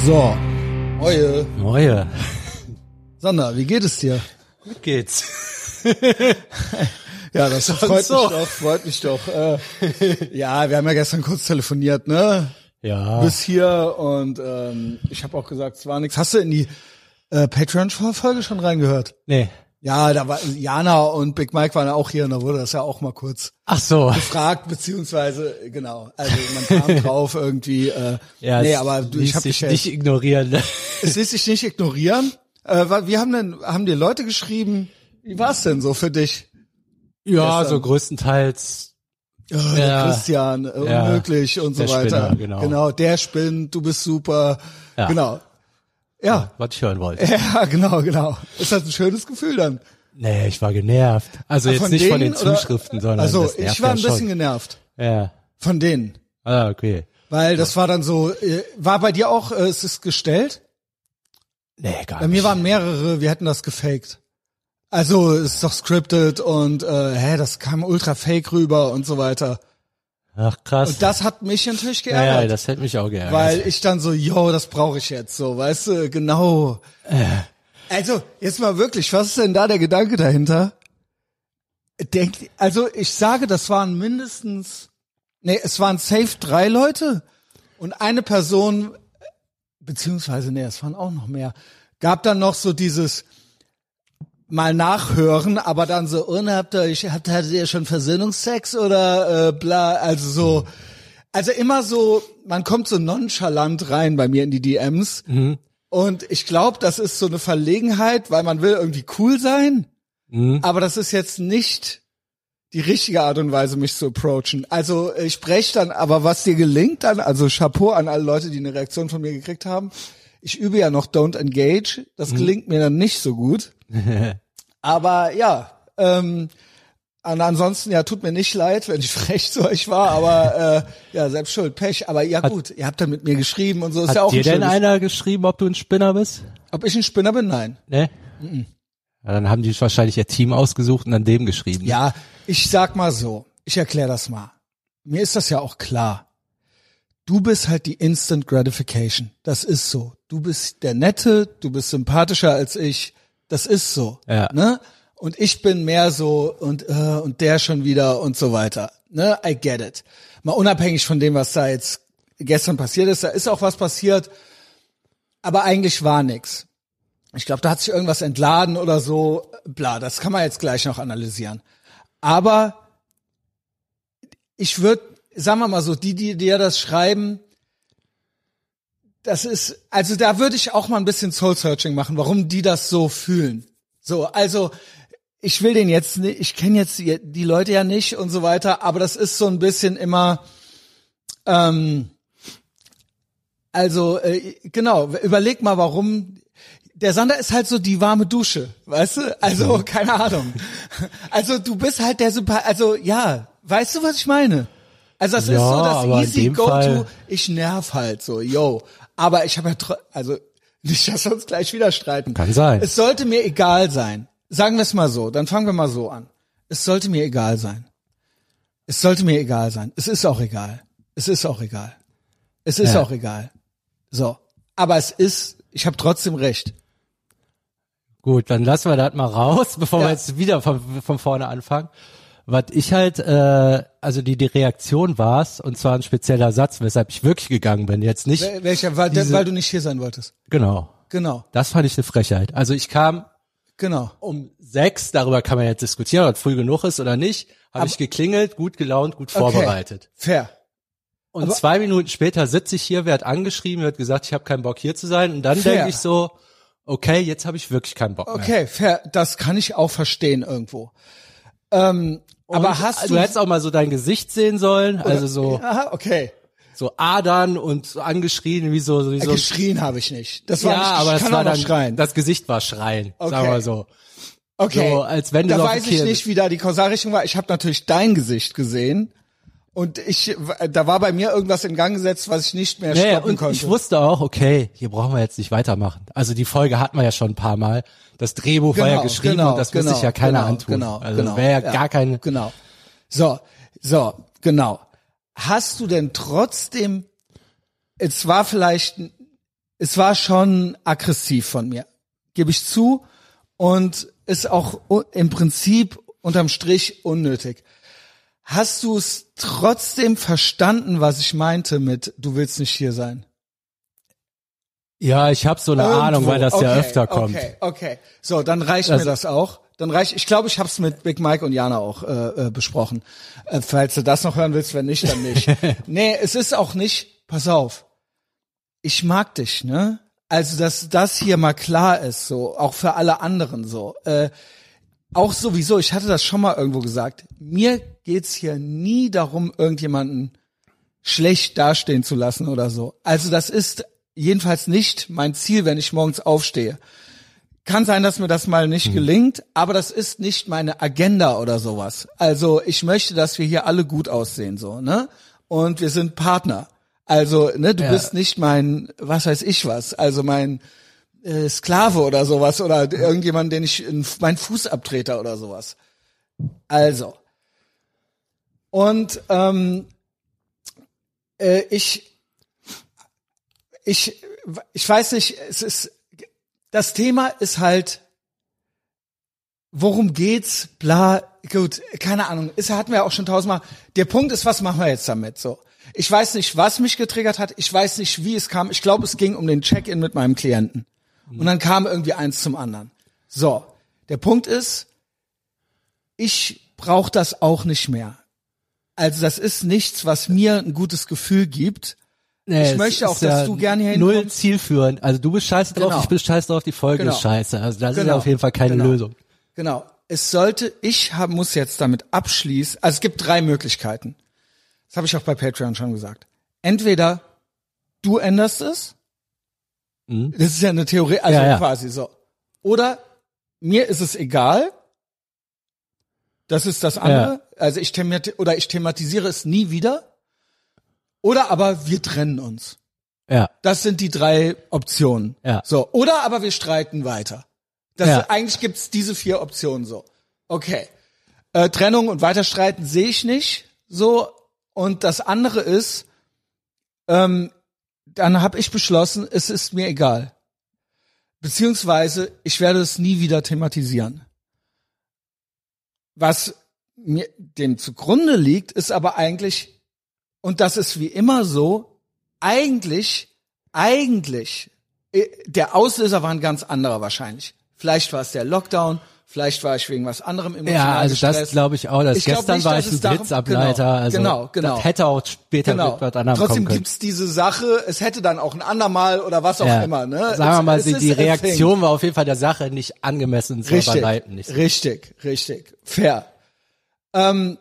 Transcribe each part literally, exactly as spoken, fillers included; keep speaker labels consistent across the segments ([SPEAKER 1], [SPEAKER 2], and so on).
[SPEAKER 1] So, Moje.
[SPEAKER 2] Moje.
[SPEAKER 1] Sander, wie geht es dir?
[SPEAKER 2] Gut geht's.
[SPEAKER 1] Ja, das
[SPEAKER 2] Sonst
[SPEAKER 1] freut
[SPEAKER 2] so.
[SPEAKER 1] mich doch, freut mich doch. Äh, ja, wir haben ja gestern kurz telefoniert, ne?
[SPEAKER 2] Ja.
[SPEAKER 1] Bis hier und ähm, ich habe auch gesagt, es war nichts. Hast du in die äh, Patreon-Folge schon reingehört?
[SPEAKER 2] Nee.
[SPEAKER 1] Ja, da war Jana und Big Mike waren ja auch hier und da wurde das ja auch mal kurz
[SPEAKER 2] Ach so.
[SPEAKER 1] gefragt, beziehungsweise, genau, also man kam drauf irgendwie, äh,
[SPEAKER 2] Ja,
[SPEAKER 1] nee,
[SPEAKER 2] es
[SPEAKER 1] aber du,
[SPEAKER 2] ließ
[SPEAKER 1] ich habe
[SPEAKER 2] sich
[SPEAKER 1] dich ja,
[SPEAKER 2] nicht ignorieren.
[SPEAKER 1] es ließ sich nicht ignorieren. Äh, wa- wie haben denn, haben dir Leute geschrieben, wie war's denn so für dich?
[SPEAKER 2] Ja,
[SPEAKER 1] Gestern.
[SPEAKER 2] so größtenteils.
[SPEAKER 1] Oh, der
[SPEAKER 2] Ja.
[SPEAKER 1] Christian, äh,
[SPEAKER 2] Ja.
[SPEAKER 1] unmöglich und so
[SPEAKER 2] Der
[SPEAKER 1] weiter.
[SPEAKER 2] Spinner, genau.
[SPEAKER 1] Genau, der spinnt, du bist super.
[SPEAKER 2] Ja.
[SPEAKER 1] Genau. Ja.
[SPEAKER 2] Was ich hören wollte.
[SPEAKER 1] Ja, genau, genau. Ist das ein schönes Gefühl dann?
[SPEAKER 2] Nee, ich war genervt. Also
[SPEAKER 1] Ah,
[SPEAKER 2] jetzt
[SPEAKER 1] von
[SPEAKER 2] nicht von
[SPEAKER 1] denen,
[SPEAKER 2] den
[SPEAKER 1] oder?
[SPEAKER 2] Zuschriften, sondern
[SPEAKER 1] Also,
[SPEAKER 2] das nervt
[SPEAKER 1] ich war
[SPEAKER 2] ja
[SPEAKER 1] ein bisschen
[SPEAKER 2] schon.
[SPEAKER 1] genervt
[SPEAKER 2] Ja.
[SPEAKER 1] von denen.
[SPEAKER 2] Ah, okay.
[SPEAKER 1] Weil das war dann so, äh, war bei dir auch, äh, es ist gestellt?
[SPEAKER 2] Nee, gar
[SPEAKER 1] Bei
[SPEAKER 2] nicht.
[SPEAKER 1] mir waren mehrere, wir hätten das gefaked. Also, es ist doch scripted und, äh, hä, das kam ultra fake rüber und so weiter.
[SPEAKER 2] Ach, krass.
[SPEAKER 1] Und das hat mich natürlich
[SPEAKER 2] ja,
[SPEAKER 1] geärgert.
[SPEAKER 2] ja, das hätte mich auch geärgert.
[SPEAKER 1] Weil ich dann so, yo, das brauche ich jetzt, so, weißt du, genau. Also, jetzt mal wirklich, was ist denn da der Gedanke dahinter? Denkt, also ich sage, das waren mindestens, nee, es waren safe drei Leute und eine Person, beziehungsweise, nee, es waren auch noch mehr, gab dann noch so dieses mal nachhören, aber dann so, und habt ihr, ich, habt, hattet ihr schon Versöhnungsex oder äh, bla, also so, also immer so, man kommt so nonchalant rein bei mir in die D Ms
[SPEAKER 2] Mhm.
[SPEAKER 1] und ich glaube, das ist so eine Verlegenheit, weil man will irgendwie cool sein,
[SPEAKER 2] Mhm.
[SPEAKER 1] aber das ist jetzt nicht die richtige Art und Weise, mich zu approachen. Also ich spreche dann, aber was dir gelingt dann, also Chapeau an alle Leute, die eine Reaktion von mir gekriegt haben. Ich übe ja noch Don't Engage, das gelingt mir dann nicht so gut. Aber ja, ähm, und ansonsten, ja, tut mir nicht leid, wenn ich frech zu euch war, aber äh, ja, selbst schuld, Pech. Aber ja gut, ihr habt da mit mir geschrieben und so, ist
[SPEAKER 2] Hat
[SPEAKER 1] ja auch
[SPEAKER 2] dir
[SPEAKER 1] ein
[SPEAKER 2] denn
[SPEAKER 1] schönes-
[SPEAKER 2] einer geschrieben, ob du ein Spinner bist?
[SPEAKER 1] Ob ich ein Spinner bin? Nein.
[SPEAKER 2] Ne? Ja, dann haben die wahrscheinlich ihr Team ausgesucht und an dem geschrieben.
[SPEAKER 1] Ja, ich sag mal so, ich erkläre das mal. Mir ist das ja auch klar. Du bist halt die Instant Gratification. Das ist so. Du bist der Nette, du bist sympathischer als ich. Das ist so.
[SPEAKER 2] Ja.
[SPEAKER 1] Ne? Und ich bin mehr so und äh, und der schon wieder und so weiter. Ne? I get it. Mal unabhängig von dem, was da jetzt gestern passiert ist, da ist auch was passiert, aber eigentlich war nix. Ich glaube, da hat sich irgendwas entladen oder so. Bla, das kann man jetzt gleich noch analysieren. Aber ich würde, sagen wir mal so, die, die dir das schreiben, das ist, also da würde ich auch mal ein bisschen Soul-Searching machen, warum die das so fühlen. So, also ich will den jetzt nicht, ich kenne jetzt die, die Leute ja nicht und so weiter, aber das ist so ein bisschen immer, ähm, also äh, genau, überleg mal, warum. Der Sander ist halt so die warme Dusche, weißt du? Also, keine Ahnung. Also, du bist halt der Sympath, also, ja, weißt du, was ich meine? Also, das
[SPEAKER 2] Ja,
[SPEAKER 1] ist so
[SPEAKER 2] aber
[SPEAKER 1] das
[SPEAKER 2] in
[SPEAKER 1] easy
[SPEAKER 2] dem
[SPEAKER 1] go-to,
[SPEAKER 2] Fall-
[SPEAKER 1] ich nerv halt so, yo. Aber ich habe ja, tr- also, nicht, dass wir uns gleich wieder streiten.
[SPEAKER 2] Kann sein.
[SPEAKER 1] Es sollte mir egal sein. Sagen wir es mal so, dann fangen wir mal so an. Es sollte mir egal sein. Es sollte mir egal sein. Es ist auch egal. Es ist auch egal. Es ist
[SPEAKER 2] Ja.
[SPEAKER 1] auch egal. So. Aber es ist, ich habe trotzdem recht.
[SPEAKER 2] Gut, dann lassen wir das mal raus, bevor
[SPEAKER 1] Ja.
[SPEAKER 2] wir jetzt wieder von, von vorne anfangen. Was ich halt, äh, also die, die Reaktion war's, und zwar ein spezieller Satz, weshalb ich wirklich gegangen bin. Jetzt nicht,
[SPEAKER 1] Wel- Welcher? Weil,
[SPEAKER 2] diese-
[SPEAKER 1] weil du nicht hier sein wolltest.
[SPEAKER 2] genau.
[SPEAKER 1] Genau,
[SPEAKER 2] Das fand ich eine Frechheit. Also ich kam
[SPEAKER 1] genau.
[SPEAKER 2] um sechs, darüber kann man jetzt diskutieren, ob früh genug ist oder nicht, habe ich geklingelt, gut gelaunt, gut vorbereitet.
[SPEAKER 1] Okay. Fair.
[SPEAKER 2] Und
[SPEAKER 1] Aber-
[SPEAKER 2] zwei Minuten später sitze ich hier, werd angeschrieben, wird gesagt, ich habe keinen Bock hier zu sein. Und dann
[SPEAKER 1] Fair.
[SPEAKER 2] denke ich so, okay, jetzt habe ich wirklich keinen Bock mehr.
[SPEAKER 1] Okay, fair. Das kann ich auch verstehen irgendwo. Ähm,
[SPEAKER 2] Und
[SPEAKER 1] aber hast du...
[SPEAKER 2] du hättest auch mal so dein Gesicht sehen sollen, also so
[SPEAKER 1] Aha, okay.
[SPEAKER 2] so Adern und so angeschrien, wie so, wie so
[SPEAKER 1] Geschrien habe ich nicht. Das war
[SPEAKER 2] ja,
[SPEAKER 1] nicht, ich
[SPEAKER 2] aber das
[SPEAKER 1] kann
[SPEAKER 2] war
[SPEAKER 1] auch noch
[SPEAKER 2] dann,
[SPEAKER 1] schreien.
[SPEAKER 2] das Gesicht war schreien,
[SPEAKER 1] Okay.
[SPEAKER 2] sagen wir so.
[SPEAKER 1] Okay.
[SPEAKER 2] So, als wenn du
[SPEAKER 1] da
[SPEAKER 2] so
[SPEAKER 1] weiß
[SPEAKER 2] okay-
[SPEAKER 1] ich nicht, wie da die Kausalrichtung war. Ich habe natürlich dein Gesicht gesehen und ich, da war bei mir irgendwas in Gang gesetzt, was ich nicht mehr
[SPEAKER 2] Nee,
[SPEAKER 1] stoppen
[SPEAKER 2] und
[SPEAKER 1] konnte.
[SPEAKER 2] ich wusste auch, okay, hier brauchen wir jetzt nicht weitermachen. Also die Folge hatten wir ja schon ein paar Mal. Das Drehbuch war ja
[SPEAKER 1] Genau,
[SPEAKER 2] geschrieben
[SPEAKER 1] genau,
[SPEAKER 2] und das muss
[SPEAKER 1] genau,
[SPEAKER 2] sich ja keiner
[SPEAKER 1] genau,
[SPEAKER 2] antun.
[SPEAKER 1] Genau,
[SPEAKER 2] also
[SPEAKER 1] genau,
[SPEAKER 2] wäre ja, gar kein.
[SPEAKER 1] Genau. So, so, genau. Hast du denn trotzdem, es war vielleicht es war schon aggressiv von mir, gebe ich zu, und ist auch im Prinzip unterm Strich unnötig. Hast du es trotzdem verstanden, was ich meinte mit du willst nicht hier sein?
[SPEAKER 2] Ja, ich habe so eine
[SPEAKER 1] Irgendwo.
[SPEAKER 2] Ahnung, weil das
[SPEAKER 1] okay,
[SPEAKER 2] ja öfter kommt.
[SPEAKER 1] Okay, okay. So, dann reicht
[SPEAKER 2] Also,
[SPEAKER 1] mir das auch. Dann reicht, ich glaube, ich habe es mit Big Mike und Jana auch äh, äh, besprochen. Äh, falls du das noch hören willst, wenn nicht, dann nicht. Nee, es ist auch nicht, pass auf, ich mag dich, ne? Also, dass das hier mal klar ist, so, auch für alle anderen so. Äh, auch sowieso, ich hatte das schon mal irgendwo gesagt, mir geht's hier nie darum, irgendjemanden schlecht dastehen zu lassen oder so. Also das ist jedenfalls nicht mein Ziel, wenn ich morgens aufstehe. Kann sein, dass mir das mal nicht gelingt, aber das ist nicht meine Agenda oder sowas. Also ich möchte, dass wir hier alle gut aussehen, so, ne? Und wir sind Partner. Also, ne, du
[SPEAKER 2] Ja.
[SPEAKER 1] bist nicht mein, was weiß ich was, also mein äh, Sklave oder sowas oder irgendjemand, den ich in meinen Fuß abtrete oder sowas. Also. Und ähm, äh, ich, ich, ich weiß nicht, es ist, das Thema ist halt, worum geht's, bla, gut, keine Ahnung, ist, hatten wir auch schon tausendmal. Der Punkt ist, was machen wir jetzt damit, so. Ich weiß nicht, was mich getriggert hat, ich weiß nicht, wie es kam, ich glaube, es ging um den Check-in mit meinem Klienten. Und dann kam irgendwie eins zum anderen. So, der Punkt ist, ich brauche das auch nicht mehr. Also das ist nichts, was mir ein gutes Gefühl gibt.
[SPEAKER 2] Nee,
[SPEAKER 1] ich möchte auch,
[SPEAKER 2] ja
[SPEAKER 1] dass du gerne hier
[SPEAKER 2] null
[SPEAKER 1] hinkommst.
[SPEAKER 2] zielführend. Also du bist scheiße drauf,
[SPEAKER 1] Genau.
[SPEAKER 2] ich bin scheiße drauf, die Folge
[SPEAKER 1] Genau.
[SPEAKER 2] ist scheiße. Also das ist
[SPEAKER 1] Genau.
[SPEAKER 2] ja auf jeden Fall keine
[SPEAKER 1] Genau.
[SPEAKER 2] Lösung.
[SPEAKER 1] Genau. Es sollte, ich hab, muss jetzt damit abschließen, also es gibt drei Möglichkeiten. Das habe ich auch bei Patreon schon gesagt. Entweder du änderst es,
[SPEAKER 2] Mhm.
[SPEAKER 1] das ist ja eine Theorie, also
[SPEAKER 2] Ja, ja.
[SPEAKER 1] quasi so. Oder mir ist es egal, das ist das andere, also ich themati- oder ich thematisiere es nie wieder, oder aber wir trennen uns.
[SPEAKER 2] Ja.
[SPEAKER 1] Das sind die drei Optionen.
[SPEAKER 2] Ja.
[SPEAKER 1] So, oder aber wir streiten weiter. Das
[SPEAKER 2] Ja.
[SPEAKER 1] eigentlich gibt's diese vier Optionen so. Okay. Äh, Trennung und Weiterstreiten sehe ich nicht so. Und das andere ist, ähm, dann habe ich beschlossen, es ist mir egal. Beziehungsweise ich werde es nie wieder thematisieren. Was mir dem zugrunde liegt, ist aber eigentlich, und das ist wie immer so, eigentlich, eigentlich, äh, der Auslöser war ein ganz anderer wahrscheinlich. Vielleicht war es der Lockdown, vielleicht war ich wegen was anderem emotional
[SPEAKER 2] Ja, also
[SPEAKER 1] gestresst.
[SPEAKER 2] das glaube ich auch. Das
[SPEAKER 1] Ich glaub
[SPEAKER 2] gestern
[SPEAKER 1] nicht,
[SPEAKER 2] war
[SPEAKER 1] dass
[SPEAKER 2] ich ein
[SPEAKER 1] es darum-
[SPEAKER 2] Blitzableiter.
[SPEAKER 1] genau,
[SPEAKER 2] also
[SPEAKER 1] genau, genau.
[SPEAKER 2] Das hätte auch später
[SPEAKER 1] Genau.
[SPEAKER 2] mit was anderem
[SPEAKER 1] Trotzdem
[SPEAKER 2] kommen können.
[SPEAKER 1] gibt's diese Sache, es hätte dann auch ein andermal oder was auch
[SPEAKER 2] Ja.
[SPEAKER 1] immer, ne?
[SPEAKER 2] Sagen wir
[SPEAKER 1] Es-
[SPEAKER 2] mal,
[SPEAKER 1] es
[SPEAKER 2] die,
[SPEAKER 1] ist
[SPEAKER 2] die
[SPEAKER 1] a thing.
[SPEAKER 2] Reaktion war auf jeden Fall der Sache nicht angemessen, so
[SPEAKER 1] Richtig,
[SPEAKER 2] bei Weitem nicht.
[SPEAKER 1] richtig, richtig, fair. Ähm,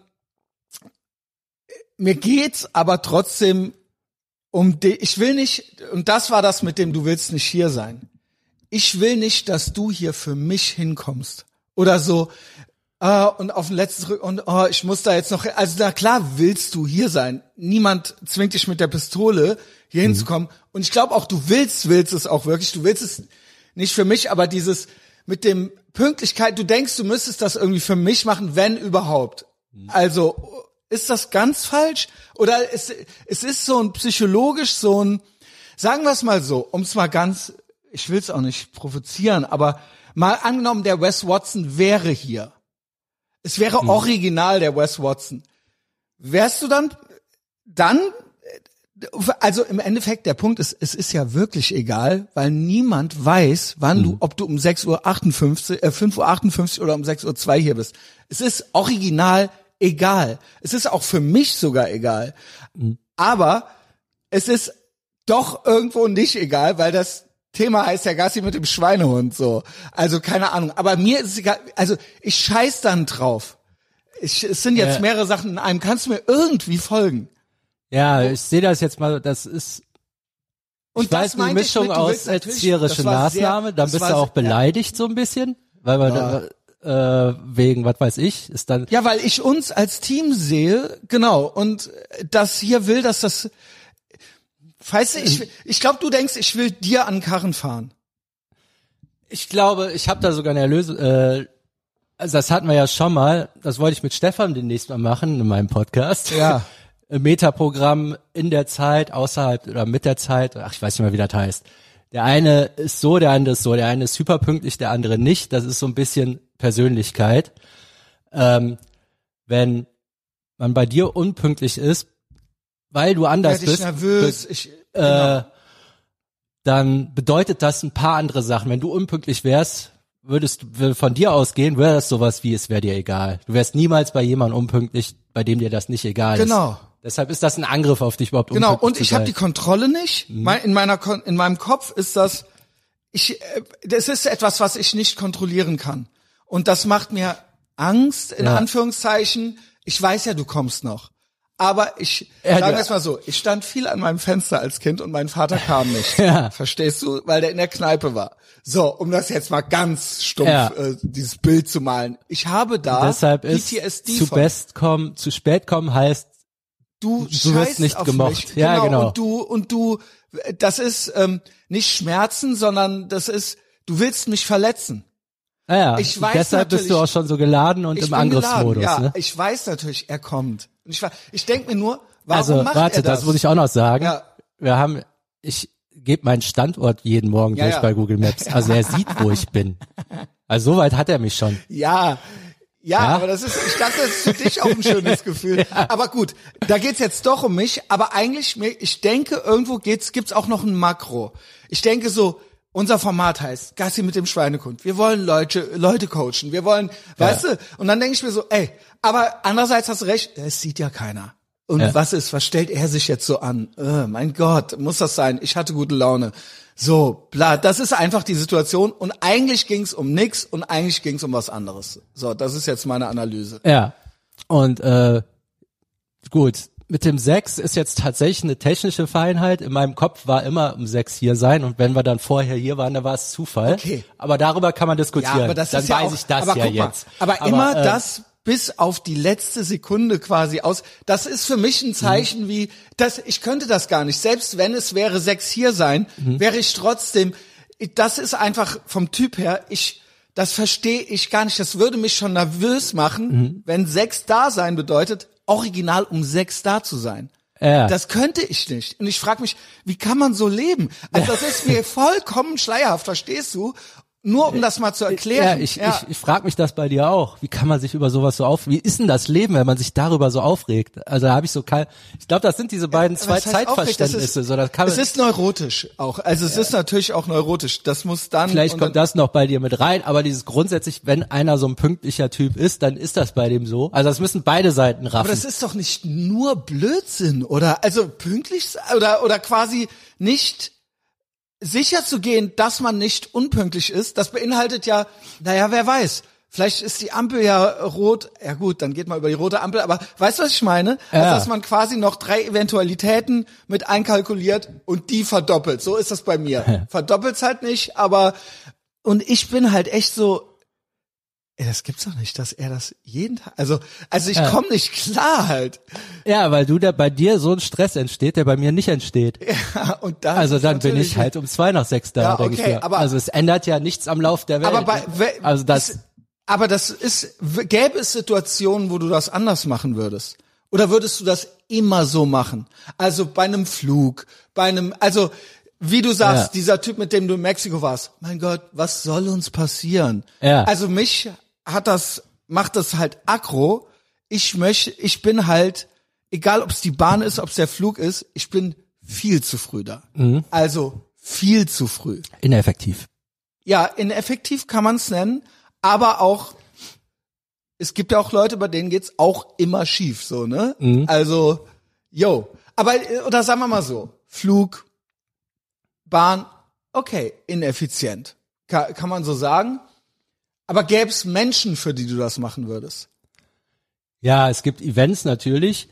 [SPEAKER 1] mir geht's aber trotzdem um die, ich will nicht, und das war das mit dem, du willst nicht hier sein. Ich will nicht, dass du hier für mich hinkommst. Oder so, äh, und auf den letzten Drück, und oh, ich muss da jetzt noch, also na klar willst du hier sein. Niemand zwingt dich mit der Pistole hier
[SPEAKER 2] Mhm.
[SPEAKER 1] hinzukommen. Und ich glaube auch, du willst, willst es auch wirklich. Du willst es nicht für mich, aber dieses mit dem Pünktlichkeit, du denkst, du müsstest das irgendwie für mich machen, wenn überhaupt.
[SPEAKER 2] Mhm.
[SPEAKER 1] Also, ist das ganz falsch? Oder es, es ist so ein psychologisch so ein, sagen wir es mal so, um es mal ganz, ich will es auch nicht provozieren, aber mal angenommen, der Wes Watson wäre hier. Es wäre
[SPEAKER 2] Mhm.
[SPEAKER 1] original der Wes Watson. Wärst du dann, dann, also im Endeffekt, der Punkt ist, es ist ja wirklich egal, weil niemand weiß, wann du, ob du um sechs Uhr achtundfünfzig, äh, fünf Uhr achtundfünfzig oder um sechs Uhr zwei hier bist. Es ist original egal. Es ist auch für mich sogar egal. Aber es ist doch irgendwo nicht egal, weil das Thema heißt ja Gassi mit dem Schweinehund so. Also keine Ahnung. Aber mir ist es egal. Also ich scheiß dann drauf. Ich, es sind jetzt
[SPEAKER 2] Ja.
[SPEAKER 1] mehrere Sachen in einem. Kannst du mir irgendwie folgen?
[SPEAKER 2] Ja, ich sehe das jetzt mal, das ist,
[SPEAKER 1] Und
[SPEAKER 2] ich weiß, eine
[SPEAKER 1] meinte ich
[SPEAKER 2] Mischung
[SPEAKER 1] mit, du
[SPEAKER 2] aus
[SPEAKER 1] willst natürlich-
[SPEAKER 2] erzieherische
[SPEAKER 1] das war sehr-
[SPEAKER 2] Maßnahme, dann
[SPEAKER 1] das
[SPEAKER 2] bist
[SPEAKER 1] war
[SPEAKER 2] du auch
[SPEAKER 1] sehr-
[SPEAKER 2] beleidigt so ein bisschen, weil man
[SPEAKER 1] Ja.
[SPEAKER 2] äh, wegen, was weiß ich, ist dann,
[SPEAKER 1] Ja, weil ich uns als Team sehe, genau, und das hier will, dass das, weißt du, ich, ich glaube, du denkst, ich will dir an den Karren fahren.
[SPEAKER 2] ich glaube, ich habe da sogar eine Erlösung, äh, also das hatten wir ja schon mal, das wollte ich mit Stefan demnächst mal machen in meinem Podcast.
[SPEAKER 1] Ja.
[SPEAKER 2] Metaprogramm in der Zeit, außerhalb oder mit der Zeit, ach, ich weiß nicht mehr, wie das heißt. der eine ist so, der andere ist so, der eine ist hyperpünktlich, der andere nicht. Das ist so ein bisschen Persönlichkeit. Ähm, wenn man bei dir unpünktlich ist, weil du anders
[SPEAKER 1] Werd ich
[SPEAKER 2] bist,
[SPEAKER 1] nervös,
[SPEAKER 2] be-
[SPEAKER 1] ich,
[SPEAKER 2] äh,
[SPEAKER 1] genau.
[SPEAKER 2] dann bedeutet das ein paar andere Sachen. Wenn du unpünktlich wärst, würdest du von dir ausgehen, wäre das sowas wie, es wäre dir egal. Du wärst niemals bei jemandem unpünktlich, bei dem dir das nicht egal
[SPEAKER 1] Genau.
[SPEAKER 2] ist. Deshalb ist das ein Angriff auf dich überhaupt
[SPEAKER 1] Genau,
[SPEAKER 2] unpünktlich
[SPEAKER 1] und
[SPEAKER 2] zu
[SPEAKER 1] ich habe
[SPEAKER 2] sein.
[SPEAKER 1] die Kontrolle nicht. Mein, in meiner Kon- in meinem Kopf ist das ich äh, das ist etwas, was ich nicht kontrollieren kann. Und das macht mir Angst in
[SPEAKER 2] Ja.
[SPEAKER 1] Anführungszeichen. Ich weiß ja, du kommst noch. Aber ich
[SPEAKER 2] Ja,
[SPEAKER 1] sagen
[SPEAKER 2] du-
[SPEAKER 1] wir es mal so, ich stand viel an meinem Fenster als Kind und mein Vater kam nicht.
[SPEAKER 2] Ja.
[SPEAKER 1] Verstehst du? Weil der in der Kneipe war. So, um das jetzt mal ganz stumpf
[SPEAKER 2] Ja.
[SPEAKER 1] äh, dieses Bild zu malen. Ich habe da
[SPEAKER 2] Deshalb ist
[SPEAKER 1] P T S D
[SPEAKER 2] zu
[SPEAKER 1] von.
[SPEAKER 2] best kommen, zu spät kommen heißt,
[SPEAKER 1] Du,
[SPEAKER 2] Du wirst
[SPEAKER 1] scheißt
[SPEAKER 2] nicht
[SPEAKER 1] auf
[SPEAKER 2] gemocht.
[SPEAKER 1] Mich.
[SPEAKER 2] Ja, genau.
[SPEAKER 1] Und du, und du, das ist ähm, nicht Schmerzen, sondern das ist, du willst mich verletzen.
[SPEAKER 2] naja,
[SPEAKER 1] Ich weiß
[SPEAKER 2] deshalb bist du
[SPEAKER 1] natürlich-
[SPEAKER 2] auch schon so geladen und
[SPEAKER 1] Ich
[SPEAKER 2] im
[SPEAKER 1] bin
[SPEAKER 2] Angriffsmodus.
[SPEAKER 1] geladen, ja,
[SPEAKER 2] Ne?
[SPEAKER 1] ich weiß natürlich, er kommt. Und ich, wa- ich denke mir nur, warum
[SPEAKER 2] Also
[SPEAKER 1] macht
[SPEAKER 2] warte,
[SPEAKER 1] er das?
[SPEAKER 2] das muss ich auch noch sagen.
[SPEAKER 1] Ja.
[SPEAKER 2] Wir haben, ich gebe meinen Standort jeden Morgen
[SPEAKER 1] Ja,
[SPEAKER 2] durch
[SPEAKER 1] ja.
[SPEAKER 2] bei Google Maps. Also er sieht, wo ich bin. Also soweit hat er mich schon.
[SPEAKER 1] Ja, ja,
[SPEAKER 2] Ja?
[SPEAKER 1] aber das ist, ich dachte, das ist für dich auch ein schönes Gefühl. Aber gut, da geht's jetzt doch um mich. Aber eigentlich, mir- ich denke, irgendwo geht's, gibt's auch noch ein Makro. Ich denke so, unser Format heißt Gassi mit dem Schweinekund. Wir wollen Leute, Leute coachen. Wir wollen, weißt du? Und dann denke ich mir so, ey, aber andererseits hast du recht, es sieht ja keiner. Und
[SPEAKER 2] Ja.
[SPEAKER 1] was ist, was stellt er sich jetzt so an? Äh, mein Gott, muss das sein? Ich hatte gute Laune. So, bla, das ist einfach die Situation und eigentlich ging's um nix und eigentlich ging's um was anderes. So, das ist jetzt meine Analyse.
[SPEAKER 2] Ja. Und äh, gut, mit dem sechs ist jetzt tatsächlich eine technische Feinheit. In meinem Kopf war immer um sechs hier sein und wenn wir dann vorher hier waren, dann war es Zufall.
[SPEAKER 1] Okay.
[SPEAKER 2] Aber darüber kann man diskutieren.
[SPEAKER 1] Ja, aber das
[SPEAKER 2] dann
[SPEAKER 1] ist ja
[SPEAKER 2] weiß
[SPEAKER 1] auch,
[SPEAKER 2] ich das
[SPEAKER 1] aber
[SPEAKER 2] ja
[SPEAKER 1] guck mal,
[SPEAKER 2] jetzt.
[SPEAKER 1] aber immer
[SPEAKER 2] äh,
[SPEAKER 1] das bis auf die letzte Sekunde quasi aus. Das ist für mich ein Zeichen
[SPEAKER 2] Mhm.
[SPEAKER 1] wie, dass ich könnte das gar nicht. Selbst wenn es wäre sechs hier sein,
[SPEAKER 2] Mhm.
[SPEAKER 1] wäre ich trotzdem. Das ist einfach vom Typ her. Ich, das verstehe ich gar nicht. Das würde mich schon nervös machen,
[SPEAKER 2] Mhm.
[SPEAKER 1] wenn sechs da sein bedeutet, original um sechs da zu sein.
[SPEAKER 2] Ja.
[SPEAKER 1] Das könnte ich nicht. Und ich frage mich, wie kann man so leben? Also das ist mir vollkommen schleierhaft, verstehst du? Nur um das mal zu
[SPEAKER 2] Ja,
[SPEAKER 1] erklären.
[SPEAKER 2] ich, ich, ich frage mich das bei dir auch. Wie kann man sich über sowas so auf? Wie ist denn das Leben, wenn man sich darüber so aufregt? Also da habe ich so kein. Ich glaube, das sind diese beiden zwei
[SPEAKER 1] Was heißt aufregt? Das
[SPEAKER 2] Zeitverständnisse.
[SPEAKER 1] ist-
[SPEAKER 2] so, das kann
[SPEAKER 1] Es
[SPEAKER 2] man,
[SPEAKER 1] ist neurotisch auch. Also es ist natürlich auch neurotisch. Das muss dann.
[SPEAKER 2] vielleicht
[SPEAKER 1] und
[SPEAKER 2] kommt
[SPEAKER 1] dann,
[SPEAKER 2] das noch bei dir mit rein. Aber dieses grundsätzlich, wenn einer so ein pünktlicher Typ ist, dann ist das bei dem so. Also das müssen beide Seiten raffen.
[SPEAKER 1] Aber das ist doch nicht nur Blödsinn, oder? Also pünktlich se- oder oder quasi nicht sicher zu gehen, dass man nicht unpünktlich ist. Das beinhaltet ja, naja, wer weiß. Vielleicht ist die Ampel ja rot. Ja gut, dann geht man über die rote Ampel. Aber weißt du, was ich meine?
[SPEAKER 2] Ja.
[SPEAKER 1] Also, dass man quasi noch drei Eventualitäten mit einkalkuliert und die verdoppelt. So ist das bei mir. Verdoppelt's halt nicht, aber und ich bin halt echt so, ey, das gibt's doch nicht, dass er das jeden Tag, also, also ich
[SPEAKER 2] Ja.
[SPEAKER 1] komme nicht klar halt.
[SPEAKER 2] Ja, weil du da bei dir so ein Stress entsteht, der bei mir nicht entsteht.
[SPEAKER 1] Ja, und das
[SPEAKER 2] Also
[SPEAKER 1] ist
[SPEAKER 2] dann bin
[SPEAKER 1] natürlich-
[SPEAKER 2] ich halt um zwei nach sechs da,
[SPEAKER 1] Ja,
[SPEAKER 2] denke ich
[SPEAKER 1] okay,
[SPEAKER 2] mir.
[SPEAKER 1] aber-
[SPEAKER 2] also es ändert ja nichts am Lauf der Welt.
[SPEAKER 1] Aber bei, we-
[SPEAKER 2] also das,
[SPEAKER 1] ist, aber das ist, w- gäbe es Situationen, wo du das anders machen würdest? Oder würdest du das immer so machen? Also bei einem Flug, bei einem, also wie du sagst,
[SPEAKER 2] Ja.
[SPEAKER 1] dieser Typ, mit dem du in Mexiko warst, mein Gott, was soll uns passieren?
[SPEAKER 2] Ja.
[SPEAKER 1] Also mich hat das, macht das halt aggro. Ich möchte, ich bin halt, egal ob es die Bahn ist, ob es der Flug ist, ich bin viel zu früh da.
[SPEAKER 2] Mhm.
[SPEAKER 1] Also viel zu früh.
[SPEAKER 2] ineffektiv.
[SPEAKER 1] Ja, ineffektiv kann man es nennen, aber auch, es gibt ja auch Leute, bei denen geht's auch immer schief, so, ne?
[SPEAKER 2] Mhm.
[SPEAKER 1] Also, yo. Aber, äh, oder sagen wir mal so, Flug, Bahn, okay, ineffizient. Ka- kann man so sagen. Aber gäb's Menschen, für die du das machen würdest?
[SPEAKER 2] Ja, es gibt Events natürlich.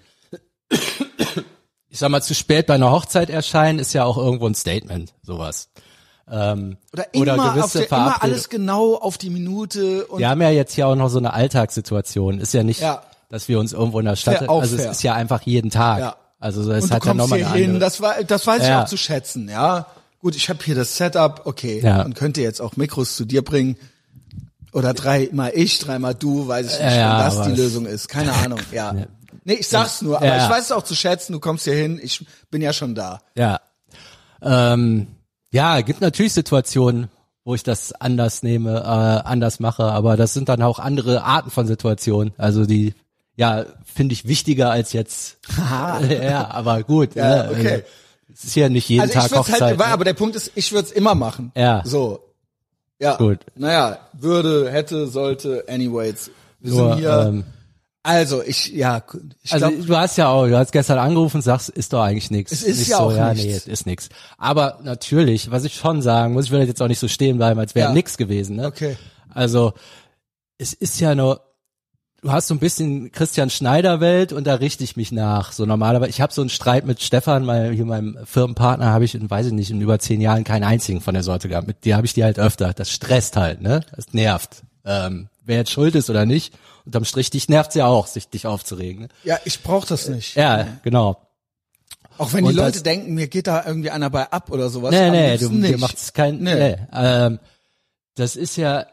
[SPEAKER 2] Ich sag mal, zu spät bei einer Hochzeit erscheinen ist ja auch irgendwo ein Statement, sowas. Ähm,
[SPEAKER 1] Oder immer,
[SPEAKER 2] oder
[SPEAKER 1] auf
[SPEAKER 2] gewisse
[SPEAKER 1] der, immer
[SPEAKER 2] Verabredungen.
[SPEAKER 1] alles genau auf die Minute und
[SPEAKER 2] Wir haben ja jetzt hier auch noch so eine Alltagssituation. Ist ja nicht,
[SPEAKER 1] Ja.
[SPEAKER 2] dass wir uns irgendwo in der Stadt,
[SPEAKER 1] Fair, auch
[SPEAKER 2] also
[SPEAKER 1] fair.
[SPEAKER 2] es ist ja einfach jeden Tag.
[SPEAKER 1] Ja.
[SPEAKER 2] Also es
[SPEAKER 1] und du
[SPEAKER 2] hat ja
[SPEAKER 1] kommst
[SPEAKER 2] nochmal
[SPEAKER 1] hier
[SPEAKER 2] eine
[SPEAKER 1] hin,
[SPEAKER 2] andere.
[SPEAKER 1] das war, das weiß ich
[SPEAKER 2] Ja.
[SPEAKER 1] auch zu schätzen, ja. Gut, ich habe hier das Setup, okay,
[SPEAKER 2] Ja.
[SPEAKER 1] man könnte jetzt auch Mikros zu dir bringen oder dreimal ich, dreimal du, weiß ich nicht,
[SPEAKER 2] Ja,
[SPEAKER 1] wenn das
[SPEAKER 2] aber
[SPEAKER 1] die
[SPEAKER 2] es-
[SPEAKER 1] Lösung ist, keine Ahnung, ja. Nee, ich sag's nur, aber
[SPEAKER 2] Ja.
[SPEAKER 1] ich weiß es auch zu schätzen, du kommst hier hin, ich bin ja schon da.
[SPEAKER 2] Ja. Ähm, Ja, gibt natürlich Situationen, wo ich das anders nehme, äh, anders mache, aber das sind dann auch andere Arten von Situationen. Also die, ja, finde ich wichtiger als jetzt. Ja, aber gut.
[SPEAKER 1] Ja,
[SPEAKER 2] ne?
[SPEAKER 1] okay.
[SPEAKER 2] Also, es ist ja nicht jeden
[SPEAKER 1] Also
[SPEAKER 2] Tag
[SPEAKER 1] ich würd's
[SPEAKER 2] Hochzeit.
[SPEAKER 1] halt,
[SPEAKER 2] ne?
[SPEAKER 1] aber der Punkt ist, ich würde es immer machen.
[SPEAKER 2] Ja.
[SPEAKER 1] So. Ja.
[SPEAKER 2] Gut.
[SPEAKER 1] Naja, würde, hätte, sollte, anyways. Wir
[SPEAKER 2] Nur,
[SPEAKER 1] sind hier.
[SPEAKER 2] ähm,
[SPEAKER 1] Also ich, ja, ich
[SPEAKER 2] Also
[SPEAKER 1] glaube,
[SPEAKER 2] du hast ja auch, du hast gestern angerufen und sagst, ist doch eigentlich nichts.
[SPEAKER 1] Es ist
[SPEAKER 2] nicht
[SPEAKER 1] ja
[SPEAKER 2] so,
[SPEAKER 1] auch
[SPEAKER 2] ja,
[SPEAKER 1] nichts.
[SPEAKER 2] nee, es ist nichts. Aber natürlich, was ich schon sagen muss, ich will jetzt auch nicht so stehen bleiben, als wäre
[SPEAKER 1] Ja.
[SPEAKER 2] nichts gewesen. Ne?
[SPEAKER 1] okay.
[SPEAKER 2] Also es ist ja nur, du hast so ein bisschen Christian Schneider Welt und da richte ich mich nach. So normalerweise, ich habe so einen Streit mit Stefan, mal hier meinem Firmenpartner, habe ich in, weiß ich nicht, in über zehn Jahren keinen einzigen von der Sorte gehabt. Mit dir habe ich die halt öfter. Das stresst halt, ne? Das nervt. Ähm, wer jetzt schuld ist oder nicht. Unterm Strich, dich nervt's ja auch, sich dich aufzuregen. Ne?
[SPEAKER 1] Ja, ich brauche das nicht.
[SPEAKER 2] Ja, genau.
[SPEAKER 1] Auch wenn die
[SPEAKER 2] Und
[SPEAKER 1] Leute
[SPEAKER 2] das-
[SPEAKER 1] denken, mir geht da irgendwie einer bei ab oder sowas.
[SPEAKER 2] Nee,
[SPEAKER 1] am
[SPEAKER 2] nee,
[SPEAKER 1] liebsten
[SPEAKER 2] du, dir
[SPEAKER 1] nicht.
[SPEAKER 2] macht's kein,
[SPEAKER 1] Nee.
[SPEAKER 2] nee. Ähm, das ist ja,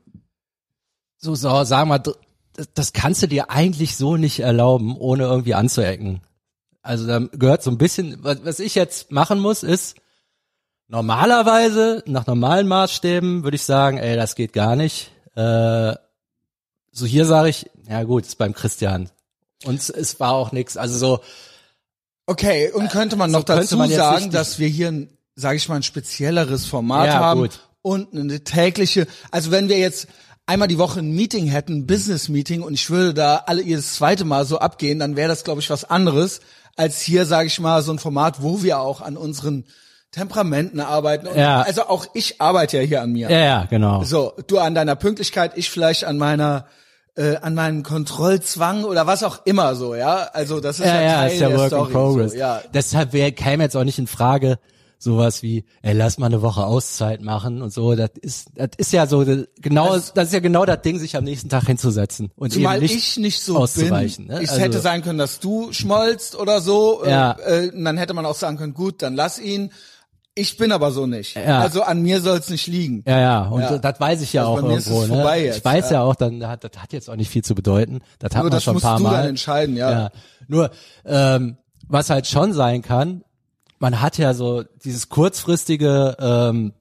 [SPEAKER 2] so, so, sag mal, das, das kannst du dir eigentlich so nicht erlauben, ohne irgendwie anzuecken. Also da gehört so ein bisschen, was, was ich jetzt machen muss, ist, normalerweise, nach normalen Maßstäben, würde ich sagen, ey, das geht gar nicht. Äh, so hier sage ich, ja gut, ist beim Christian. Und es, es war auch nix. Also so,
[SPEAKER 1] Okay, und könnte man noch
[SPEAKER 2] so könnte
[SPEAKER 1] dazu
[SPEAKER 2] man jetzt
[SPEAKER 1] sagen,
[SPEAKER 2] nicht-
[SPEAKER 1] dass wir hier ein, sage ich mal, ein spezielleres Format
[SPEAKER 2] Ja,
[SPEAKER 1] haben
[SPEAKER 2] gut.
[SPEAKER 1] und eine tägliche, also wenn wir jetzt einmal die Woche ein Meeting hätten, ein Business-Meeting und ich würde da alle jedes zweite Mal so abgehen, dann wäre das, glaube ich, was anderes als hier, sage ich mal, so ein Format, wo wir auch an unseren Temperamenten arbeiten. Und
[SPEAKER 2] Ja.
[SPEAKER 1] Also auch ich arbeite ja hier an mir.
[SPEAKER 2] ja, ja, genau.
[SPEAKER 1] So, du an deiner Pünktlichkeit, ich vielleicht an meiner äh, an meinem Kontrollzwang oder was auch immer so, ja. Also das ist ja,
[SPEAKER 2] Ja, ja,
[SPEAKER 1] Teil
[SPEAKER 2] ist ja
[SPEAKER 1] der
[SPEAKER 2] Work
[SPEAKER 1] Story.
[SPEAKER 2] in Progress.
[SPEAKER 1] So, ja.
[SPEAKER 2] Deshalb wär, käme jetzt auch nicht in Frage, sowas wie, ey, lass mal eine Woche Auszeit machen und so. Das ist, das ist ja so, das, genau,
[SPEAKER 1] Das-
[SPEAKER 2] das ist ja genau das Ding, sich am nächsten Tag hinzusetzen und
[SPEAKER 1] Zumal
[SPEAKER 2] eben nicht
[SPEAKER 1] ich nicht so
[SPEAKER 2] auszuweichen.
[SPEAKER 1] bin.
[SPEAKER 2] Ne?
[SPEAKER 1] Es
[SPEAKER 2] Also-
[SPEAKER 1] hätte sein können, dass du schmollst oder so.
[SPEAKER 2] Ja.
[SPEAKER 1] Äh, äh, und dann hätte man auch sagen können, gut, dann lass ihn. Ich bin aber so nicht.
[SPEAKER 2] Ja.
[SPEAKER 1] Also an mir soll es nicht liegen.
[SPEAKER 2] Ja, ja, und
[SPEAKER 1] Ja.
[SPEAKER 2] das weiß ich ja
[SPEAKER 1] Also
[SPEAKER 2] auch
[SPEAKER 1] bei mir ist
[SPEAKER 2] irgendwo.
[SPEAKER 1] es
[SPEAKER 2] Ne?
[SPEAKER 1] vorbei jetzt,
[SPEAKER 2] Ich weiß ja,
[SPEAKER 1] ja.
[SPEAKER 2] auch, dann hat, das hat jetzt auch nicht viel zu bedeuten. Das hat
[SPEAKER 1] Nur
[SPEAKER 2] man
[SPEAKER 1] das
[SPEAKER 2] schon ein
[SPEAKER 1] musst
[SPEAKER 2] paar
[SPEAKER 1] du
[SPEAKER 2] Mal.
[SPEAKER 1] dann entscheiden, ja.
[SPEAKER 2] Ja. Nur, ähm, was halt schon sein kann, man hat ja so dieses kurzfristige ähm,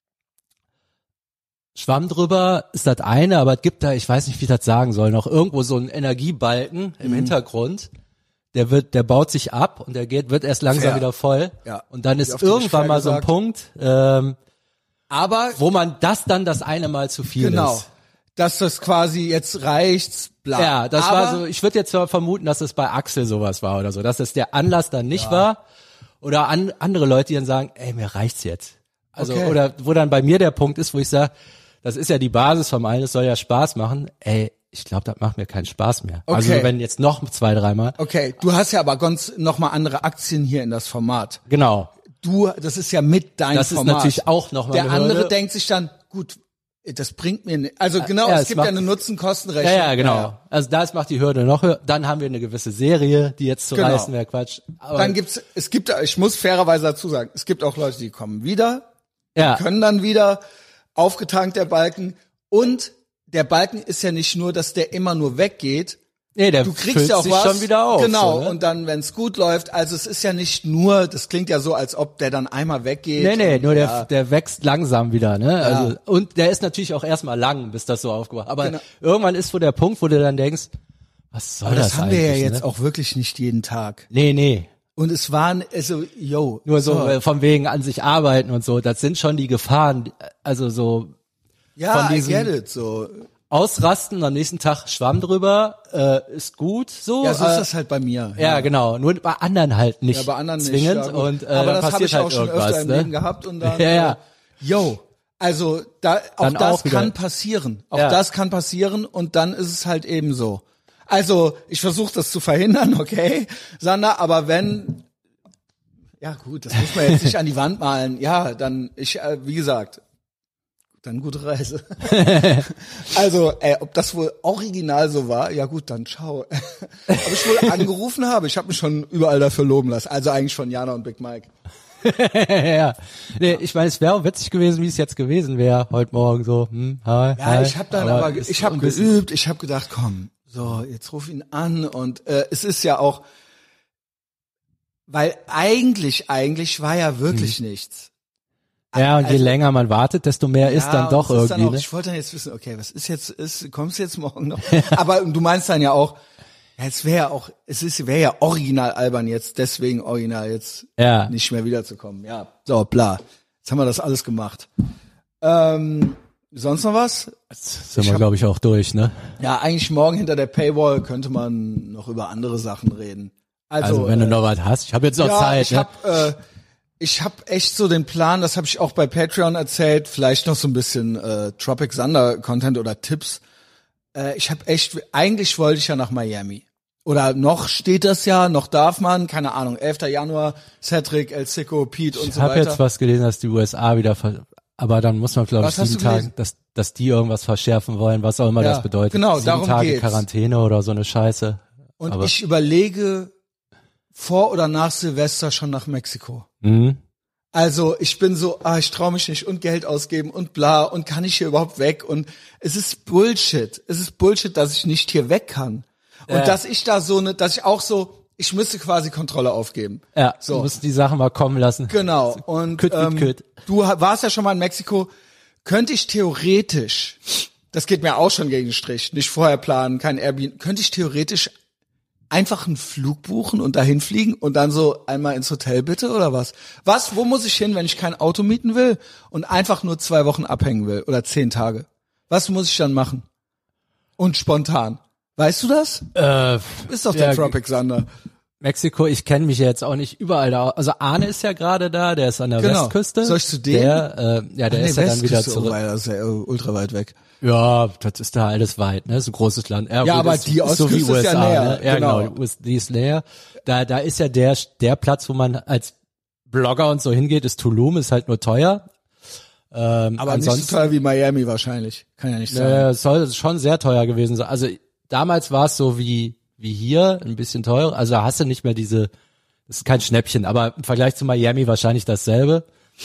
[SPEAKER 2] Schwamm drüber ist das eine, aber es gibt da, ich weiß nicht, wie ich das sagen soll, noch irgendwo so einen Energiebalken im
[SPEAKER 1] Mhm.
[SPEAKER 2] Hintergrund. Der wird, der baut sich ab und der geht, wird erst langsam
[SPEAKER 1] Fair.
[SPEAKER 2] wieder voll.
[SPEAKER 1] Ja.
[SPEAKER 2] Und dann
[SPEAKER 1] Wie
[SPEAKER 2] ist
[SPEAKER 1] oft hab ich
[SPEAKER 2] irgendwann
[SPEAKER 1] fair
[SPEAKER 2] mal so ein
[SPEAKER 1] gesagt?
[SPEAKER 2] Punkt, ähm,
[SPEAKER 1] Aber
[SPEAKER 2] wo man das dann das eine Mal zu viel
[SPEAKER 1] genau,
[SPEAKER 2] ist.
[SPEAKER 1] dass das quasi jetzt reicht, bla.
[SPEAKER 2] Ja, das
[SPEAKER 1] aber,
[SPEAKER 2] war so, ich würde jetzt zwar vermuten, dass es bei Axel sowas war oder so, dass es der Anlass dann nicht war. Oder an, andere Leute, die dann sagen, ey, mir reicht's jetzt. Also,
[SPEAKER 1] Okay.
[SPEAKER 2] oder wo dann bei mir der Punkt ist, wo ich sage, das ist ja die Basis vom allen, es soll ja Spaß machen. Ey, ich glaube, das macht mir keinen Spaß mehr.
[SPEAKER 1] Okay.
[SPEAKER 2] Also wenn jetzt noch zwei, dreimal.
[SPEAKER 1] Okay, du hast ja aber ganz noch mal andere Aktien hier in das Format.
[SPEAKER 2] Genau.
[SPEAKER 1] Du, das ist ja mit dein
[SPEAKER 2] Das ist
[SPEAKER 1] Format.
[SPEAKER 2] natürlich auch noch mal
[SPEAKER 1] Der
[SPEAKER 2] eine
[SPEAKER 1] andere
[SPEAKER 2] Hürde.
[SPEAKER 1] denkt sich dann, gut, das bringt mir nicht. Also genau,
[SPEAKER 2] Ja,
[SPEAKER 1] es
[SPEAKER 2] es
[SPEAKER 1] gibt
[SPEAKER 2] macht-
[SPEAKER 1] ja eine Nutzen-Kosten-Rechnung.
[SPEAKER 2] Ja, ja, genau. Also das macht die Hürde noch höher. Dann haben wir eine gewisse Serie, die jetzt zu
[SPEAKER 1] Genau.
[SPEAKER 2] reißen wäre Quatsch. Aber,
[SPEAKER 1] Dann gibt's, es gibt, ich muss fairerweise dazu sagen, es gibt auch Leute, die kommen wieder,
[SPEAKER 2] ja,
[SPEAKER 1] können dann wieder, aufgetankt der Balken. Und der Balken ist ja nicht nur, dass der immer nur weggeht.
[SPEAKER 2] nee, der
[SPEAKER 1] Du kriegst
[SPEAKER 2] füllt
[SPEAKER 1] ja auch
[SPEAKER 2] sich
[SPEAKER 1] was.
[SPEAKER 2] schon wieder auf.
[SPEAKER 1] Genau.
[SPEAKER 2] So, ne?
[SPEAKER 1] Und dann, wenn es gut läuft, also es ist ja nicht nur, das klingt ja so, als ob der dann einmal weggeht.
[SPEAKER 2] Nee, nee,
[SPEAKER 1] und,
[SPEAKER 2] nur der,
[SPEAKER 1] ja.
[SPEAKER 2] der wächst langsam wieder, ne? Also, und der ist natürlich auch erstmal lang, bis das so aufgebaut. Aber
[SPEAKER 1] Genau.
[SPEAKER 2] irgendwann ist wo der Punkt, wo du dann denkst, was soll
[SPEAKER 1] Aber
[SPEAKER 2] das,
[SPEAKER 1] das haben wir ja
[SPEAKER 2] eigentlich,
[SPEAKER 1] jetzt
[SPEAKER 2] ne?
[SPEAKER 1] auch wirklich nicht jeden Tag.
[SPEAKER 2] Nee, nee.
[SPEAKER 1] Und es waren, also, yo.
[SPEAKER 2] Nur so, äh, von wegen an sich arbeiten und so, das sind schon die Gefahren, also so
[SPEAKER 1] Ja,
[SPEAKER 2] von
[SPEAKER 1] I
[SPEAKER 2] diesem-
[SPEAKER 1] get it, so.
[SPEAKER 2] ausrasten, am nächsten Tag Schwamm drüber, äh, ist gut, so.
[SPEAKER 1] Ja, so
[SPEAKER 2] äh,
[SPEAKER 1] ist das halt bei mir.
[SPEAKER 2] ja, genau. Nur bei anderen halt nicht
[SPEAKER 1] Ja, bei anderen
[SPEAKER 2] zwingend
[SPEAKER 1] nicht. Ja, gut.
[SPEAKER 2] und äh,
[SPEAKER 1] aber
[SPEAKER 2] dann
[SPEAKER 1] das habe
[SPEAKER 2] passiert
[SPEAKER 1] ich
[SPEAKER 2] halt
[SPEAKER 1] auch schon
[SPEAKER 2] irgendwas,
[SPEAKER 1] öfter im
[SPEAKER 2] ne?
[SPEAKER 1] Leben gehabt und dann,
[SPEAKER 2] Ja, ja.
[SPEAKER 1] Äh, yo, also da auch
[SPEAKER 2] Dann
[SPEAKER 1] das
[SPEAKER 2] auch wieder.
[SPEAKER 1] kann passieren. Auch
[SPEAKER 2] Ja.
[SPEAKER 1] das kann passieren und dann ist es halt eben so. Also ich versuche das zu verhindern, okay, Sander, aber wenn, ja gut, das muss man jetzt nicht an die Wand malen. Ja, dann ich, äh, wie gesagt. Dann gute Reise. Also, äh, ob das wohl original so war, ja gut, dann ciao. Ob ich wohl angerufen habe, ich habe mich schon überall dafür loben lassen. Also eigentlich von Jana und Big Mike.
[SPEAKER 2] ja. Nee, ich meine, es wäre auch witzig gewesen, wie es jetzt gewesen wäre, heute Morgen so. Hm, hi,
[SPEAKER 1] Ja,
[SPEAKER 2] hi.
[SPEAKER 1] ich habe dann aber,
[SPEAKER 2] ist
[SPEAKER 1] ich habe
[SPEAKER 2] ein bisschen-
[SPEAKER 1] geübt, ich habe gedacht, komm, so, jetzt ruf ihn an und äh, es ist ja auch, weil eigentlich, eigentlich war ja wirklich nichts.
[SPEAKER 2] Hm. Ja, und je
[SPEAKER 1] also,
[SPEAKER 2] länger man wartet, desto mehr ist
[SPEAKER 1] ja,
[SPEAKER 2] dann doch
[SPEAKER 1] ist
[SPEAKER 2] irgendwie.
[SPEAKER 1] Dann auch,
[SPEAKER 2] ne?
[SPEAKER 1] Ich wollte dann jetzt wissen, okay, was ist jetzt, ist, kommst du jetzt morgen noch? Aber du meinst dann ja auch, ja, es wäre ja auch, es ist, wäre ja original albern jetzt, deswegen original jetzt
[SPEAKER 2] Ja.
[SPEAKER 1] nicht mehr wiederzukommen. Ja, so, bla. Jetzt haben wir das alles gemacht. Ähm, sonst noch was?
[SPEAKER 2] Jetzt sind wir, glaube ich, auch durch, ne?
[SPEAKER 1] Ja, eigentlich morgen hinter der Paywall könnte man noch über andere Sachen reden. Also,
[SPEAKER 2] Also, wenn
[SPEAKER 1] äh,
[SPEAKER 2] du noch was hast. Ich habe jetzt noch
[SPEAKER 1] ja,
[SPEAKER 2] Zeit,
[SPEAKER 1] ich
[SPEAKER 2] ne?
[SPEAKER 1] hab, äh, ich habe echt so den Plan, das habe ich auch bei Patreon erzählt, vielleicht noch so ein bisschen äh, Tropic Thunder Content oder Tipps. Äh, ich habe echt, eigentlich wollte ich ja nach Miami. Oder noch steht das ja, noch darf man, keine Ahnung, elfter Januar, Cedric, El Sico, Pete und
[SPEAKER 2] Ich
[SPEAKER 1] so
[SPEAKER 2] habe
[SPEAKER 1] weiter.
[SPEAKER 2] jetzt was gelesen, dass die U S A wieder, ver aber dann muss man, glaube ich,
[SPEAKER 1] Was hast
[SPEAKER 2] sieben
[SPEAKER 1] du
[SPEAKER 2] Tage,
[SPEAKER 1] gelesen?
[SPEAKER 2] dass, dass die irgendwas verschärfen wollen, was auch immer
[SPEAKER 1] Ja,
[SPEAKER 2] das bedeutet.
[SPEAKER 1] genau,
[SPEAKER 2] sieben
[SPEAKER 1] darum
[SPEAKER 2] Tage
[SPEAKER 1] geht's.
[SPEAKER 2] Quarantäne oder so eine Scheiße.
[SPEAKER 1] Und
[SPEAKER 2] aber,
[SPEAKER 1] ich überlege vor oder nach Silvester schon nach Mexiko.
[SPEAKER 2] Mhm.
[SPEAKER 1] Also ich bin so, ah, ich traue mich nicht und Geld ausgeben und bla und kann ich hier überhaupt weg und es ist Bullshit. Es ist Bullshit, dass ich nicht hier weg kann. Und
[SPEAKER 2] Ja.
[SPEAKER 1] dass ich da so ne, dass ich auch so, ich müsste quasi Kontrolle aufgeben.
[SPEAKER 2] Ja,
[SPEAKER 1] So.
[SPEAKER 2] du musst die Sachen mal kommen lassen.
[SPEAKER 1] Genau. Und
[SPEAKER 2] Küt, küt,
[SPEAKER 1] ähm,
[SPEAKER 2] küt.
[SPEAKER 1] du ha- warst ja schon mal in Mexiko. Könnte ich theoretisch, das geht mir auch schon gegen den Strich, nicht vorher planen, kein Airbnb, könnte ich theoretisch einfach einen Flug buchen und dahin fliegen und dann so einmal ins Hotel bitte oder was? Was, wo muss ich hin, wenn ich kein Auto mieten will und einfach nur zwei Wochen abhängen will oder zehn Tage? Was muss ich dann machen? Und spontan. Weißt du das?
[SPEAKER 2] Äh,
[SPEAKER 1] Ist doch
[SPEAKER 2] ja,
[SPEAKER 1] der Tropic Thunder.
[SPEAKER 2] Mexiko, ich kenne mich ja jetzt auch nicht überall da. Also Arne ist ja gerade da, der ist an der
[SPEAKER 1] Genau.
[SPEAKER 2] Westküste.
[SPEAKER 1] Soll ich zu dem?
[SPEAKER 2] Der, äh, ja, der
[SPEAKER 1] Nee,
[SPEAKER 2] ist ja dann wieder
[SPEAKER 1] Westküste,
[SPEAKER 2] zurück.
[SPEAKER 1] Oh, weil das ist ja ultra weit weg.
[SPEAKER 2] Ja, das ist da alles weit, ne? Ist ein großes Land.
[SPEAKER 1] Ja,
[SPEAKER 2] gut,
[SPEAKER 1] aber
[SPEAKER 2] ist,
[SPEAKER 1] die
[SPEAKER 2] ist so wie
[SPEAKER 1] Ostküste ist ja
[SPEAKER 2] U S A,
[SPEAKER 1] näher,
[SPEAKER 2] ne? Ja,
[SPEAKER 1] genau.
[SPEAKER 2] genau. die U S Die ist näher. Da, da ist ja der, der Platz, wo man als Blogger und so hingeht, ist Tulum, ist halt nur teuer. Ähm,
[SPEAKER 1] Aber
[SPEAKER 2] ansonsten,
[SPEAKER 1] nicht so teuer wie Miami wahrscheinlich. Kann ja nicht sein.
[SPEAKER 2] äh, soll schon sehr teuer gewesen sein. Also damals war es so wie wie hier, ein bisschen teurer. Also da hast du nicht mehr diese, das ist kein Schnäppchen, aber im Vergleich zu Miami wahrscheinlich dasselbe.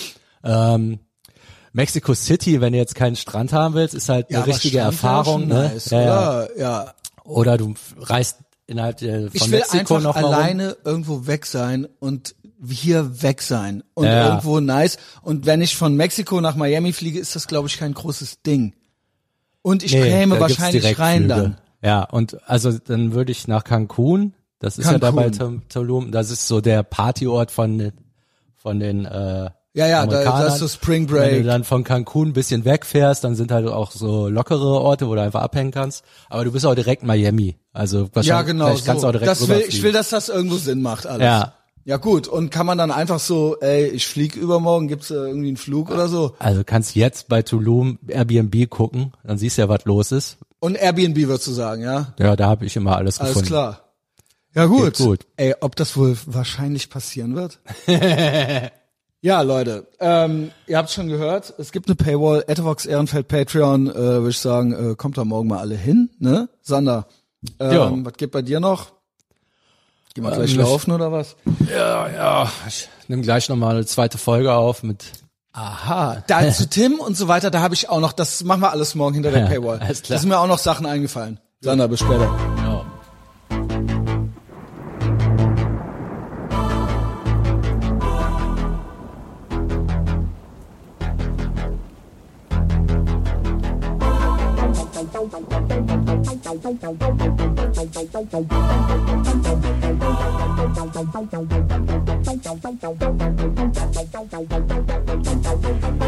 [SPEAKER 2] Ähm, Mexico City, wenn du jetzt keinen Strand haben willst, ist halt
[SPEAKER 1] Ja,
[SPEAKER 2] eine
[SPEAKER 1] aber
[SPEAKER 2] richtige
[SPEAKER 1] Strand wäre
[SPEAKER 2] Erfahrung.
[SPEAKER 1] schon
[SPEAKER 2] Ne?
[SPEAKER 1] nice,
[SPEAKER 2] ja, ja.
[SPEAKER 1] oder? Ja.
[SPEAKER 2] Oder du reist innerhalb äh, von
[SPEAKER 1] Ich will
[SPEAKER 2] Mexiko
[SPEAKER 1] einfach
[SPEAKER 2] noch mal rum.
[SPEAKER 1] alleine irgendwo weg sein und hier weg sein und
[SPEAKER 2] Ja.
[SPEAKER 1] irgendwo nice. Und wenn ich von Mexiko nach Miami fliege, ist das, glaube ich, kein großes Ding. Und ich
[SPEAKER 2] Nee,
[SPEAKER 1] käme
[SPEAKER 2] da gibt's
[SPEAKER 1] wahrscheinlich rein
[SPEAKER 2] Direktflüge.
[SPEAKER 1] dann.
[SPEAKER 2] Ja, und also dann würde ich nach Cancun. Das ist ja da bei
[SPEAKER 1] Cancun.
[SPEAKER 2] Tulum. Das ist so der Partyort von von den äh,
[SPEAKER 1] Ja, ja, da,
[SPEAKER 2] Amerikanern.
[SPEAKER 1] das ist so Spring
[SPEAKER 2] Wenn du
[SPEAKER 1] Break.
[SPEAKER 2] dann von Cancun ein bisschen wegfährst, dann sind halt auch so lockere Orte, wo du einfach abhängen kannst. Aber du bist auch direkt in Miami. Also wahrscheinlich
[SPEAKER 1] Ja, genau.
[SPEAKER 2] vielleicht kannst
[SPEAKER 1] So.
[SPEAKER 2] du auch direkt
[SPEAKER 1] Das will, ich
[SPEAKER 2] rüberfliegen.
[SPEAKER 1] will, dass das irgendwo Sinn macht alles.
[SPEAKER 2] Ja.
[SPEAKER 1] Ja gut, und kann man dann einfach so, ey, ich flieg übermorgen, gibt's äh, irgendwie einen Flug oder so?
[SPEAKER 2] Also kannst jetzt bei Tulum Airbnb gucken, dann siehst du ja, was los ist.
[SPEAKER 1] Und Airbnb würdest du sagen, ja?
[SPEAKER 2] Ja, da habe ich immer alles,
[SPEAKER 1] Alles
[SPEAKER 2] gefunden.
[SPEAKER 1] klar. Ja gut.
[SPEAKER 2] Geht gut.
[SPEAKER 1] Ey, ob das wohl wahrscheinlich passieren wird? Ja, Leute, ähm, ihr habt schon gehört, es gibt eine Paywall, Etavox Ehrenfeld Patreon, äh, würde ich sagen, äh, kommt da morgen mal alle hin, ne? Sander,
[SPEAKER 2] Ja.
[SPEAKER 1] ähm, was geht bei dir noch? Gehen wir
[SPEAKER 2] Ähm,
[SPEAKER 1] gleich
[SPEAKER 2] ich-
[SPEAKER 1] laufen oder was?
[SPEAKER 2] Ja, ja. Ich nehme gleich nochmal eine zweite Folge auf mit.
[SPEAKER 1] Aha, da zu Tim und so weiter, da habe ich auch noch, das machen wir alles morgen hinter der
[SPEAKER 2] Ja,
[SPEAKER 1] Paywall.
[SPEAKER 2] alles klar.
[SPEAKER 1] Da sind mir auch noch Sachen eingefallen. Sander, bis später.
[SPEAKER 2] Ja.
[SPEAKER 3] Thank you.